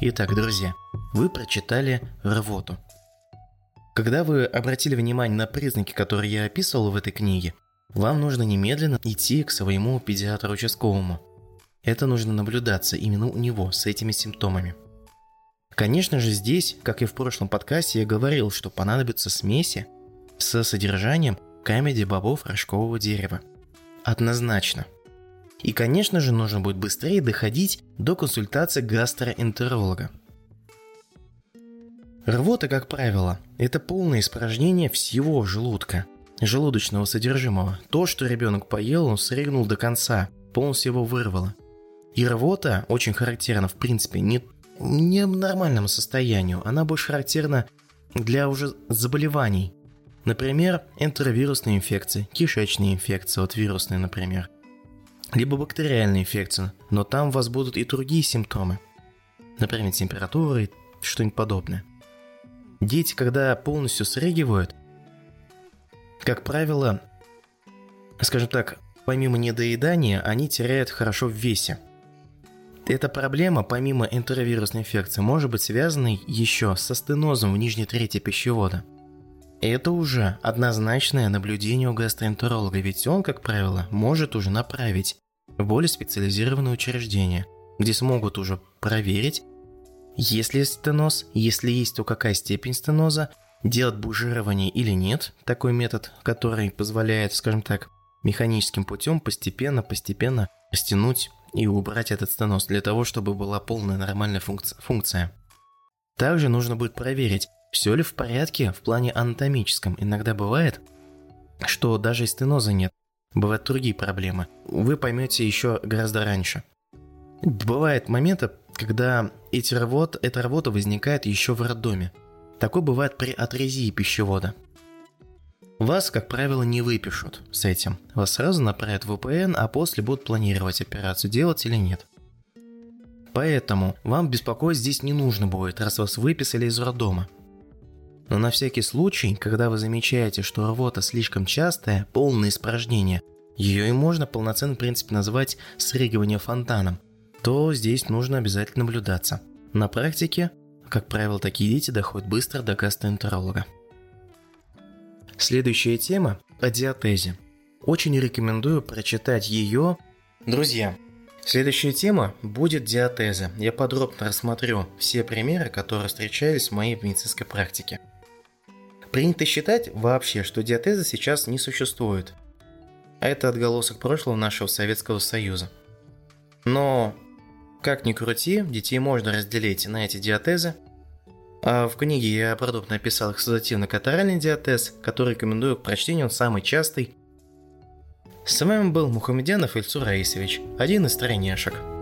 Итак, друзья, вы прочитали рвоту. Когда вы обратили внимание на признаки, которые я описывал в этой книге, вам нужно немедленно идти к своему педиатру участковому. Это нужно наблюдаться именно у него с этими симптомами. Конечно же, здесь, как и в прошлом подкасте, я говорил, что понадобятся смеси с содержанием камеди бобов рожкового дерева. Однозначно. И, конечно же, нужно будет быстрее доходить до консультации гастроэнтеролога. Рвота, как правило, это полное испражнение всего желудка, желудочного содержимого. То, что ребенок поел, он срыгнул до конца, полностью его вырвало. И рвота очень характерна, в принципе, не нормальному состоянию. Она больше характерна для уже заболеваний. Например, энтеровирусные инфекции, кишечные инфекции, вот вирусные, например. Либо бактериальные инфекции, но там у вас будут и другие симптомы. Например, температура и что-нибудь подобное. Дети, когда полностью срыгивают, как правило, скажем так, помимо недоедания, они теряют хорошо в весе. Эта проблема, помимо энтеровирусной инфекции, может быть связана еще со стенозом в нижней трети пищевода. Это уже однозначное наблюдение у гастроэнтеролога, ведь он, как правило, может уже направить в более специализированное учреждение, где смогут уже проверить, есть ли стеноз, если есть, то какая степень стеноза, делать бужирование или нет, такой метод, который позволяет, скажем так, механическим путем постепенно растянуть и убрать этот стеноз, для того, чтобы была полная нормальная функция. Также нужно будет проверить, все ли в порядке в плане анатомическом. Иногда бывает, что даже и стеноза нет, бывают другие проблемы. Вы поймете еще гораздо раньше. Бывают моменты, когда эта рвота возникает еще в роддоме. Такое бывает при атрезии пищевода. Вас, как правило, не выпишут с этим. Вас сразу направят в ВПН, а после будут планировать операцию, делать или нет. Поэтому вам беспокоить здесь не нужно будет, раз вас выписали из роддома. Но на всякий случай, когда вы замечаете, что рвота слишком частая, полное испражнение, ее и можно полноценно, в принципе, назвать срыгивание фонтаном, то здесь нужно обязательно наблюдаться. На практике, как правило, такие дети доходят быстро до гастроэнтеролога. Следующая тема о диатезе. Очень рекомендую прочитать ее. Друзья, следующая тема будет диатеза. Я подробно рассмотрю все примеры, которые встречались в моей медицинской практике. Принято считать вообще, что диатеза сейчас не существует. А это отголосок прошлого нашего Советского Союза. Но, как ни крути, детей можно разделить на эти диатезы. А в книге я подробно описал эксудативно-катаральный диатез, который рекомендую к прочтению, он самый частый. С вами был Мухамедянов Ильсур Раисович, один из тройняшек.